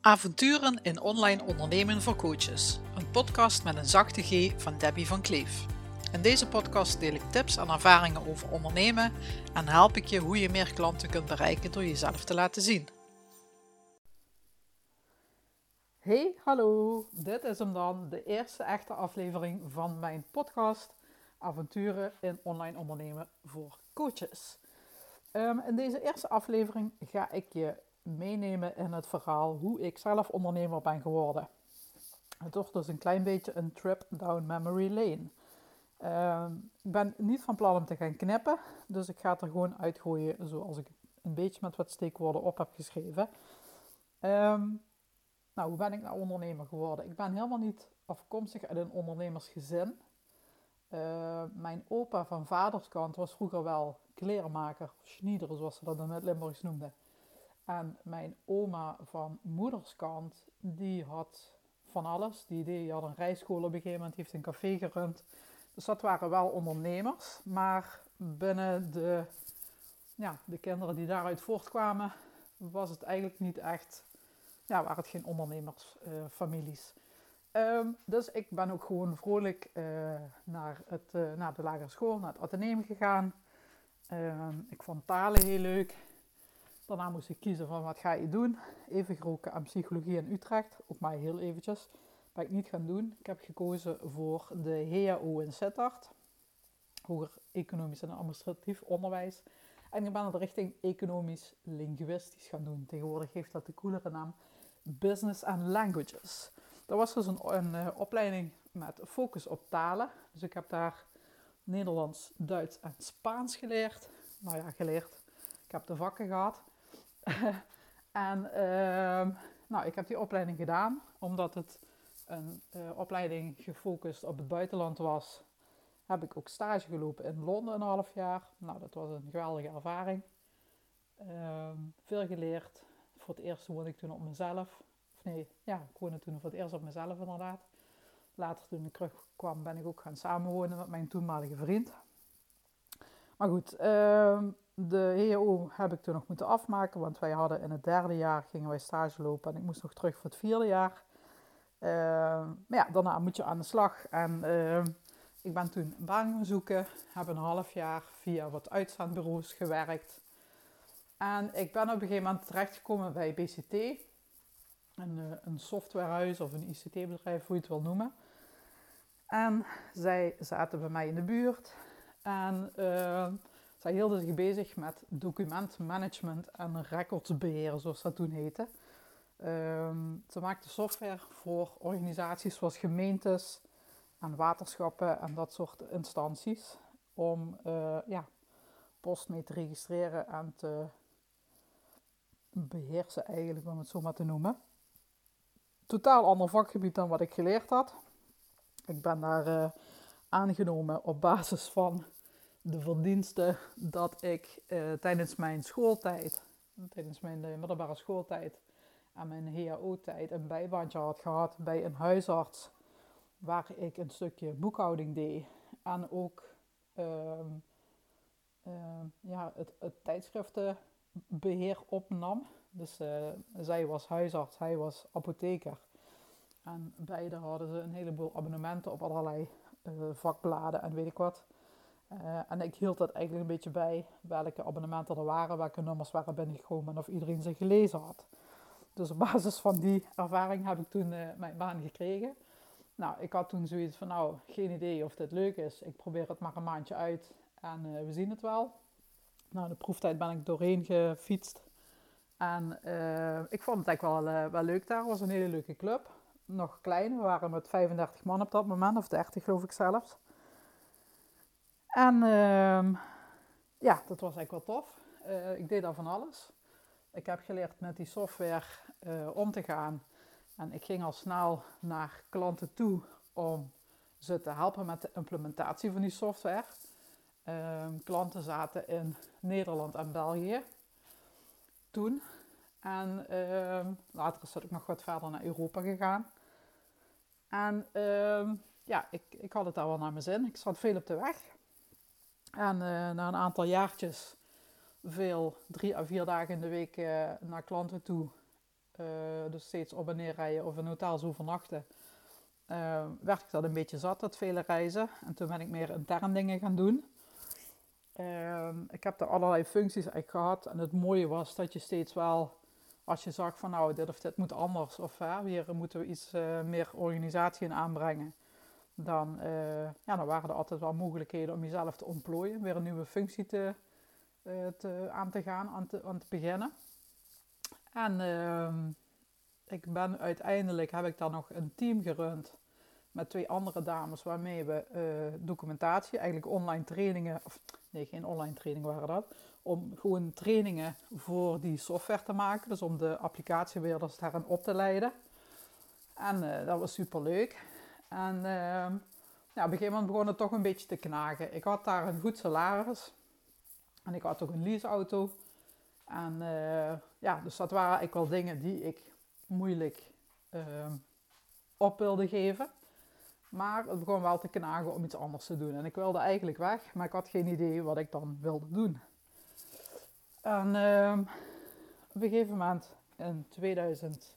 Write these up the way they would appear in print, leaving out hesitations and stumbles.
Avonturen in online ondernemen voor coaches. Een podcast met een zachte G van Debbie van Kleef. In deze podcast deel ik tips en ervaringen over ondernemen en help ik je hoe je meer klanten kunt bereiken door jezelf te laten zien. Hey, hallo. Dit is hem dan, de eerste echte aflevering van mijn podcast Avonturen in online ondernemen voor coaches. In deze eerste aflevering ga ik je meenemen in het verhaal hoe ik zelf ondernemer ben geworden. Het wordt dus een klein beetje een trip down memory lane. Ik ben niet van plan om te gaan knippen, dus ik ga het er gewoon uitgooien zoals ik een beetje met wat steekwoorden op heb geschreven. Hoe ben ik nou ondernemer geworden? Ik ben helemaal niet afkomstig uit een ondernemersgezin. Mijn opa van vaderskant was vroeger wel klerenmaker, schnieder zoals ze dat in het Limburgs noemden. En mijn oma van moederskant, die had van alles. Die had een rijschool op een gegeven moment, die heeft een café gerund. Dus dat waren wel ondernemers. Maar binnen de kinderen die daaruit voortkwamen, was het eigenlijk niet echt, waren het geen ondernemersfamilies. Dus ik ben ook gewoon vrolijk naar de lagere school, naar het ateneum gegaan. Ik vond talen heel leuk. Daarna moest ik kiezen van wat ga je doen. Even geroken aan psychologie in Utrecht. Ook maar heel eventjes. Dat ben ik niet gaan doen. Ik heb gekozen voor de HAO in Sittard. Hoger Economisch en Administratief Onderwijs. En ik ben het richting Economisch Linguïstisch gaan doen. Tegenwoordig heeft dat de coolere naam Business and Languages. Dat was dus een opleiding met focus op talen. Dus ik heb daar Nederlands, Duits en Spaans geleerd. Ik heb de vakken gehad. Ik heb die opleiding gedaan, omdat het een opleiding gefocust op het buitenland was. Heb ik ook stage gelopen in Londen een half jaar. Nou, dat was een geweldige ervaring. Veel geleerd. Voor het eerst woonde ik toen op mezelf. Ik woonde toen voor het eerst op mezelf inderdaad. Later toen ik terugkwam ben ik ook gaan samenwonen met mijn toenmalige vriend. Maar goed, de HAO heb ik toen nog moeten afmaken, want wij hadden in het derde jaar gingen wij stage lopen en ik moest nog terug voor het vierde jaar. Daarna moet je aan de slag en ik ben toen een baan gaan zoeken, heb een half jaar via wat uitzendbureaus gewerkt. En ik ben op een gegeven moment terechtgekomen bij BCT, een softwarehuis of een ICT-bedrijf, hoe je het wil noemen. En zij zaten bij mij in de buurt en zij hielden zich bezig met documentmanagement en recordsbeheer, zoals dat toen heette. Ze maakten software voor organisaties zoals gemeentes en waterschappen en dat soort instanties. Om post mee te registreren en te beheersen eigenlijk, om het zo maar te noemen. Totaal ander vakgebied dan wat ik geleerd had. Ik ben daar aangenomen op basis van de verdiensten dat ik tijdens mijn middelbare schooltijd en mijn HAO-tijd een bijbaantje had gehad bij een huisarts waar ik een stukje boekhouding deed en ook het tijdschriftenbeheer opnam. Dus zij was huisarts, hij was apotheker. En beide hadden ze een heleboel abonnementen op allerlei vakbladen en weet ik wat. En ik hield dat eigenlijk een beetje bij welke abonnementen er waren, welke nummers waren binnengekomen en of iedereen ze gelezen had. Dus op basis van die ervaring heb ik toen mijn baan gekregen. Nou, ik had toen zoiets van, geen idee of dit leuk is. Ik probeer het maar een maandje uit en we zien het wel. Nou, de proeftijd ben ik doorheen gefietst. En ik vond het eigenlijk wel leuk daar. Het was een hele leuke club. Nog klein, we waren met 35 man op dat moment, of 30 geloof ik zelfs. En dat was eigenlijk wel tof. Ik deed daar van alles. Ik heb geleerd met die software om te gaan. En ik ging al snel naar klanten toe om ze te helpen met de implementatie van die software. Klanten zaten in Nederland en België toen. En later is dat ook nog wat verder naar Europa gegaan. En ik had het daar wel naar mijn zin. Ik zat veel op de weg. En na een aantal jaartjes veel 3 à 4 dagen in de week naar klanten toe dus steeds op en neer rijden of in hotels overnachten, werd ik dat een beetje zat, dat vele reizen. En toen ben ik meer intern dingen gaan doen. Ik heb er allerlei functies eigenlijk gehad. En het mooie was dat je steeds wel, als je zag van nou, dit of dit moet anders. Of hier moeten we iets meer organisatie in aanbrengen. Dan waren er altijd wel mogelijkheden om jezelf te ontplooien. Weer een nieuwe functie aan te beginnen. En uiteindelijk heb ik dan nog een team gerund met 2 andere dames waarmee we documentatie, eigenlijk online trainingen, geen online trainingen waren dat, om gewoon trainingen voor die software te maken, dus om de applicatiebeheerders daarin op te leiden. En dat was superleuk. En op een gegeven moment begon het toch een beetje te knagen. Ik had daar een goed salaris en ik had ook een leaseauto. En dus dat waren eigenlijk wel dingen die ik moeilijk op wilde geven. Maar het begon wel te knagen om iets anders te doen. En ik wilde eigenlijk weg, maar ik had geen idee wat ik dan wilde doen. En op een gegeven moment, in 2013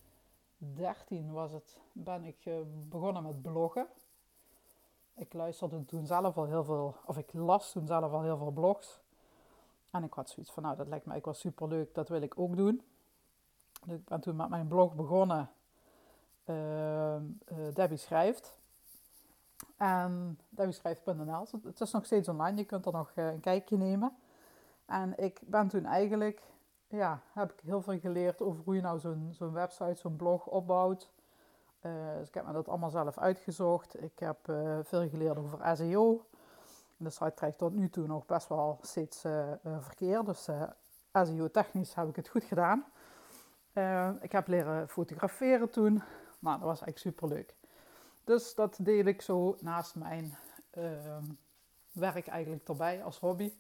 ben ik begonnen met bloggen. Ik luisterde toen zelf al heel veel, of ik las toen zelf al heel veel blogs. En ik had zoiets van, nou, dat lijkt me eigenlijk wel superleuk, dat wil ik ook doen. Dus ik ben toen met mijn blog begonnen, Debbie Schrijft. En debbieschrijft.nl, het is nog steeds online, je kunt er nog een kijkje nemen. En ik ben toen eigenlijk, heb ik heel veel geleerd over hoe je nou zo'n website, zo'n blog opbouwt. Dus ik heb me dat allemaal zelf uitgezocht. Ik heb veel geleerd over SEO. De site krijgt tot nu toe nog best wel steeds verkeer. Dus SEO-technisch heb ik het goed gedaan. Ik heb leren fotograferen toen. Nou, dat was eigenlijk superleuk. Dus dat deed ik zo naast mijn werk eigenlijk erbij als hobby.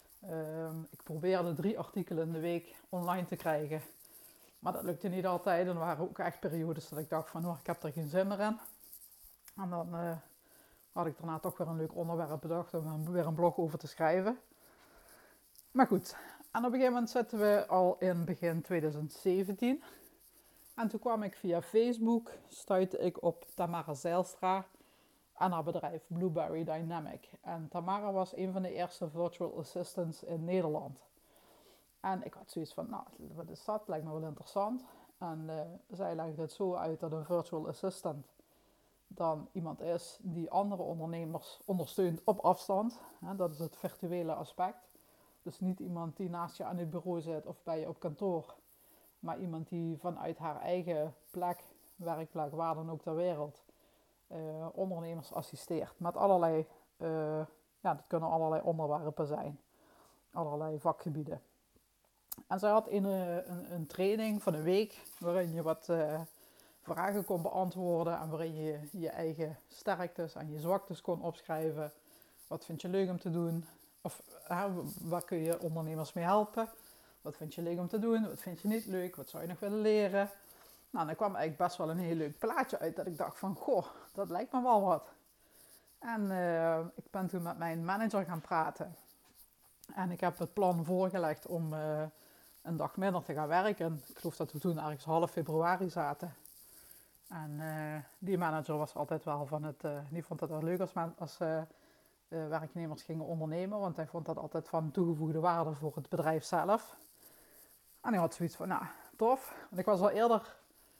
Ik probeerde 3 artikelen in de week online te krijgen. Maar dat lukte niet altijd. En er waren ook echt periodes dat ik dacht van, ik heb er geen zin meer in. En dan had ik daarna toch weer een leuk onderwerp bedacht om weer een blog over te schrijven. Maar goed, en op een gegeven moment zitten we al in begin 2017. En toen kwam ik via Facebook, stuitte ik op Tamara Zijlstra en haar bedrijf Blueberry Dynamic. En Tamara was een van de eerste virtual assistants in Nederland. En ik had zoiets van, nou, wat is dat? Lijkt me wel interessant. En zij legde het zo uit dat een virtual assistant dan iemand is die andere ondernemers ondersteunt op afstand. Dat is het virtuele aspect. Dus niet iemand die naast je aan het bureau zit of bij je op kantoor. Maar iemand die vanuit haar eigen werkplek, waar dan ook ter wereld, ondernemers assisteert. Met allerlei, dat kunnen allerlei onderwerpen zijn. Allerlei vakgebieden. En zij had een training van een week waarin je wat vragen kon beantwoorden. En waarin je je eigen sterktes en je zwaktes kon opschrijven. Wat vind je leuk om te doen? Of waar kun je ondernemers mee helpen? Wat vind je leuk om te doen? Wat vind je niet leuk? Wat zou je nog willen leren? Nou, dan kwam eigenlijk best wel een heel leuk plaatje uit dat ik dacht van, goh, dat lijkt me wel wat. En ik ben toen met mijn manager gaan praten. En ik heb het plan voorgelegd om een dag minder te gaan werken. Ik geloof dat we toen ergens half februari zaten. En die manager was altijd wel die vond het wel leuk als werknemers gingen ondernemen. Want hij vond dat altijd van toegevoegde waarde voor het bedrijf zelf. En hij had zoiets van, nou, tof. En ik was al eerder,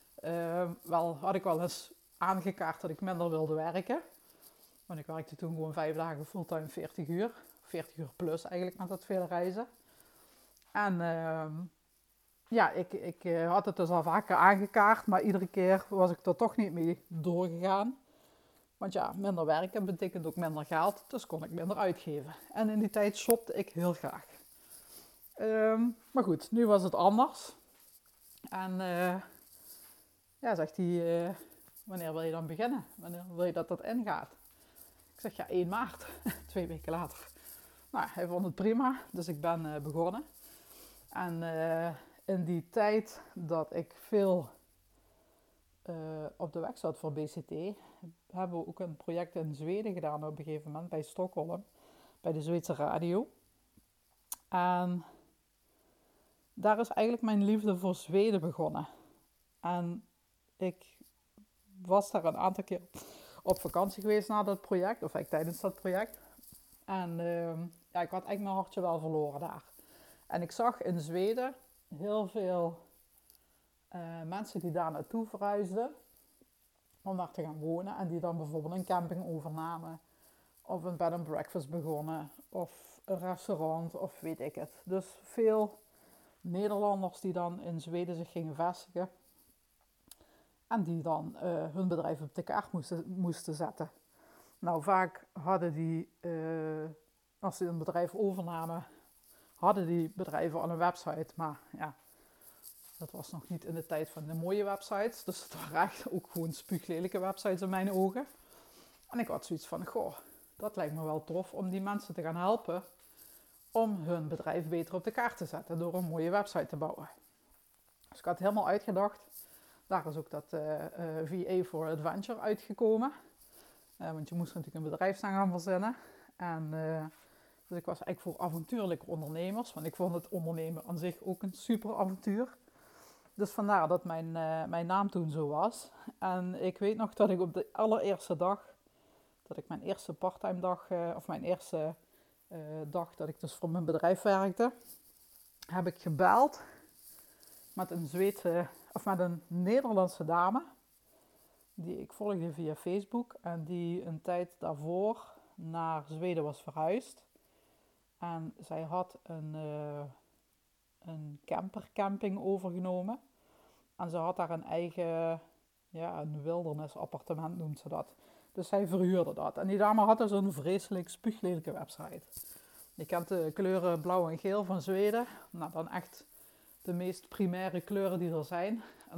had ik wel eens aangekaart dat ik minder wilde werken. Want ik werkte toen gewoon 5 dagen fulltime 40 uur. 40 uur plus eigenlijk met dat vele reizen. En ik had het dus al vaker aangekaart, maar iedere keer was ik er toch niet mee doorgegaan. Want ja, minder werken betekent ook minder geld, dus kon ik minder uitgeven. En in die tijd shopte ik heel graag. Maar goed, nu was het anders. En zegt hij, wanneer wil je dan beginnen? Wanneer wil je dat ingaat? Ik zeg, 1 maart, 2 weken later. Nou, hij vond het prima, dus ik ben begonnen. En in die tijd dat ik veel op de weg zat voor BCT, hebben we ook een project in Zweden gedaan op een gegeven moment, bij Stockholm, bij de Zweedse radio. En daar is eigenlijk mijn liefde voor Zweden begonnen. En ik was daar een aantal keer op vakantie geweest na dat project, of eigenlijk tijdens dat project. En ja, ik had eigenlijk mijn hartje wel verloren daar. En ik zag in Zweden heel veel mensen die daar naartoe verhuisden om daar te gaan wonen. En die dan bijvoorbeeld een camping overnamen. Of een bed and breakfast begonnen. Of een restaurant of weet ik het. Dus veel Nederlanders die dan in Zweden zich gingen vestigen. En die dan hun bedrijf op de kaart moesten zetten. Nou, vaak hadden die, als ze een bedrijf overnamen, hadden die bedrijven al een website. Maar ja, dat was nog niet in de tijd van de mooie websites. Dus het waren echt ook gewoon spuuglelijke websites in mijn ogen. En ik had zoiets van, goh, dat lijkt me wel tof om die mensen te gaan helpen om hun bedrijf beter op de kaart te zetten door een mooie website te bouwen. Dus ik had het helemaal uitgedacht. Daar is ook dat VA for Adventure uitgekomen. Want je moest natuurlijk een bedrijfsnaam gaan verzinnen. En dus ik was eigenlijk voor avontuurlijke ondernemers. Want ik vond het ondernemen aan zich ook een super avontuur. Dus vandaar dat mijn naam toen zo was. En ik weet nog dat ik op de allereerste dag, dat ik mijn eerste parttime dag, of mijn eerste dag dat ik dus voor mijn bedrijf werkte, heb ik gebeld met een Zweedse, of met een Nederlandse dame, die ik volgde via Facebook en die een tijd daarvoor naar Zweden was verhuisd. En zij had een campercamping overgenomen. En ze had daar een eigen, ja, een wildernisappartement noemt ze dat. Dus zij verhuurde dat. En die dame had dus een vreselijk spuuglelijke website. Je kent de kleuren blauw en geel van Zweden. Nou, dan echt de meest primaire kleuren die er zijn. En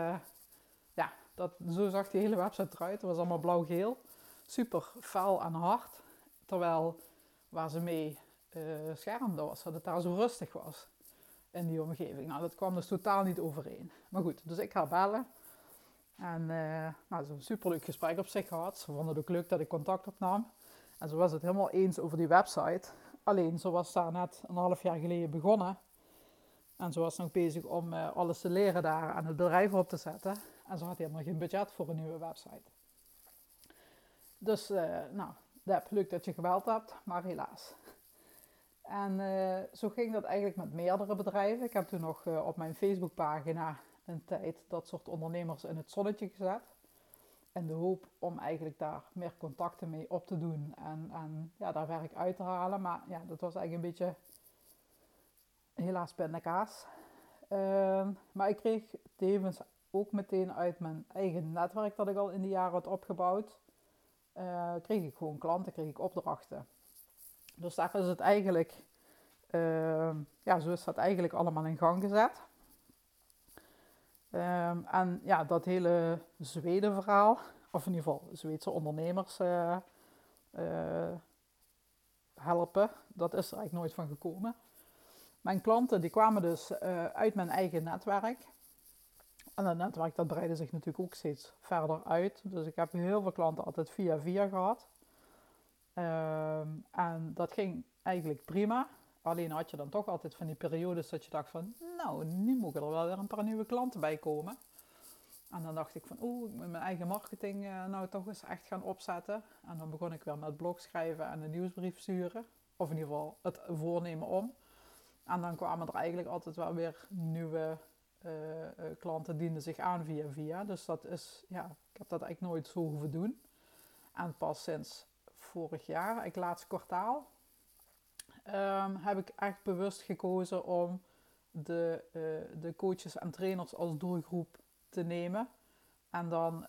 zo zag die hele website eruit. Het was allemaal blauw-geel. Super fel en hard. Terwijl waar ze mee schermde was, dat het daar zo rustig was in die omgeving. Nou, dat kwam dus totaal niet overeen. Maar goed, dus ik ga bellen. En zo'n superleuk gesprek op zich gehad. Ze vonden het ook leuk dat ik contact opnam. En ze was het helemaal eens over die website. Alleen, ze was daar net een half jaar geleden begonnen. En ze was nog bezig om alles te leren daar en het bedrijf op te zetten. En ze had helemaal geen budget voor een nieuwe website. Dus, leuk dat je gebeld hebt, maar helaas. En zo ging dat eigenlijk met meerdere bedrijven. Ik heb toen nog op mijn Facebookpagina een tijd dat soort ondernemers in het zonnetje gezet. In de hoop om eigenlijk daar meer contacten mee op te doen en daar werk uit te halen. Maar ja, dat was eigenlijk een beetje helaas pindakaas. Maar ik kreeg tevens ook meteen uit mijn eigen netwerk dat ik al in die jaren had opgebouwd. Kreeg ik gewoon klanten, kreeg ik opdrachten. Dus daar is het eigenlijk, zo is dat eigenlijk allemaal in gang gezet. En ja, dat hele Zweden verhaal, of in ieder geval Zweedse ondernemers helpen, dat is er eigenlijk nooit van gekomen. Mijn klanten die kwamen dus uit mijn eigen netwerk. En dat netwerk dat breidde zich natuurlijk ook steeds verder uit. Dus ik heb heel veel klanten altijd via gehad. En dat ging eigenlijk prima. Alleen had je dan toch altijd van die periodes dat je dacht van, nou, nu mogen er wel weer een paar nieuwe klanten bij komen. En dan dacht ik van, ik moet mijn eigen marketing nou toch eens echt gaan opzetten. En dan begon ik weer met blog schrijven en een nieuwsbrief sturen. Of in ieder geval het voornemen om. En dan kwamen er eigenlijk altijd wel weer nieuwe klanten dienden zich aan via. Dus dat is, ja, ik heb dat eigenlijk nooit zo hoeven doen. En pas sinds vorig jaar, eigenlijk laatste kwartaal, heb ik echt bewust gekozen om de coaches en trainers als doelgroep te nemen. En dan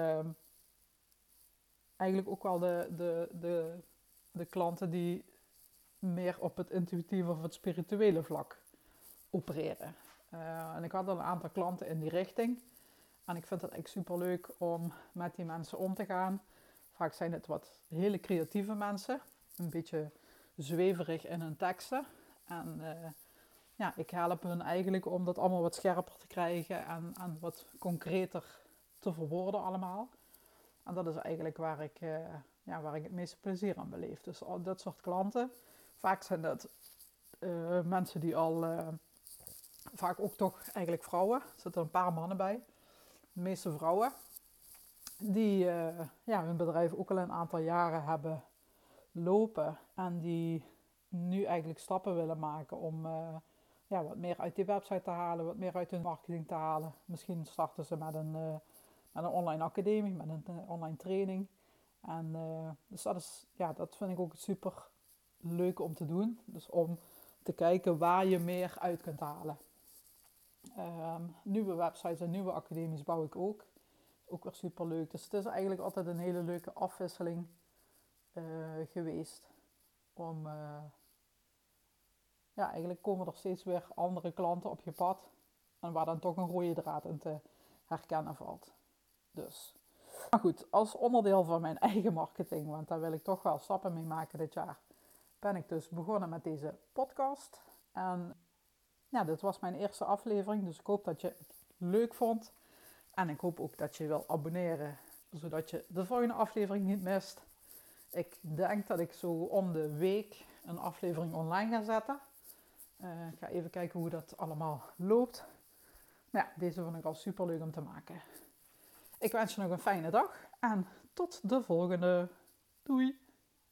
eigenlijk ook wel de klanten die meer op het intuïtieve of het spirituele vlak opereren. En ik had al een aantal klanten in die richting. En ik vind het echt super leuk om met die mensen om te gaan. Vaak zijn het wat hele creatieve mensen. Een beetje zweverig in hun teksten. En ik help hun eigenlijk om dat allemaal wat scherper te krijgen. En wat concreter te verwoorden allemaal. En dat is eigenlijk waar ik het meeste plezier aan beleef. Dus al dat soort klanten. Vaak zijn dat mensen die al... vaak ook toch eigenlijk vrouwen. Er zitten een paar mannen bij. de meeste vrouwen die hun bedrijf ook al een aantal jaren hebben lopen en die nu eigenlijk stappen willen maken om wat meer uit die website te halen, wat meer uit hun marketing te halen. Misschien starten ze met een online academie, met een online training. En dus dat vind ik ook super leuk om te doen. Dus om te kijken waar je meer uit kunt halen. Nieuwe websites en nieuwe academies bouw ik ook. Ook weer super leuk. Dus het is eigenlijk altijd een hele leuke afwisseling geweest. Eigenlijk komen er steeds weer andere klanten op je pad. En waar dan toch een rode draad in te herkennen valt. Dus. Maar goed, als onderdeel van mijn eigen marketing, want daar wil ik toch wel stappen mee maken dit jaar, ben ik dus begonnen met deze podcast. En dit was mijn eerste aflevering, dus ik hoop dat je het leuk vond. En ik hoop ook dat je wil abonneren, zodat je de volgende aflevering niet mist. Ik denk dat ik zo om de week een aflevering online ga zetten. Ik ga even kijken hoe dat allemaal loopt. Maar ja, deze vond ik al super leuk om te maken. Ik wens je nog een fijne dag en tot de volgende. Doei!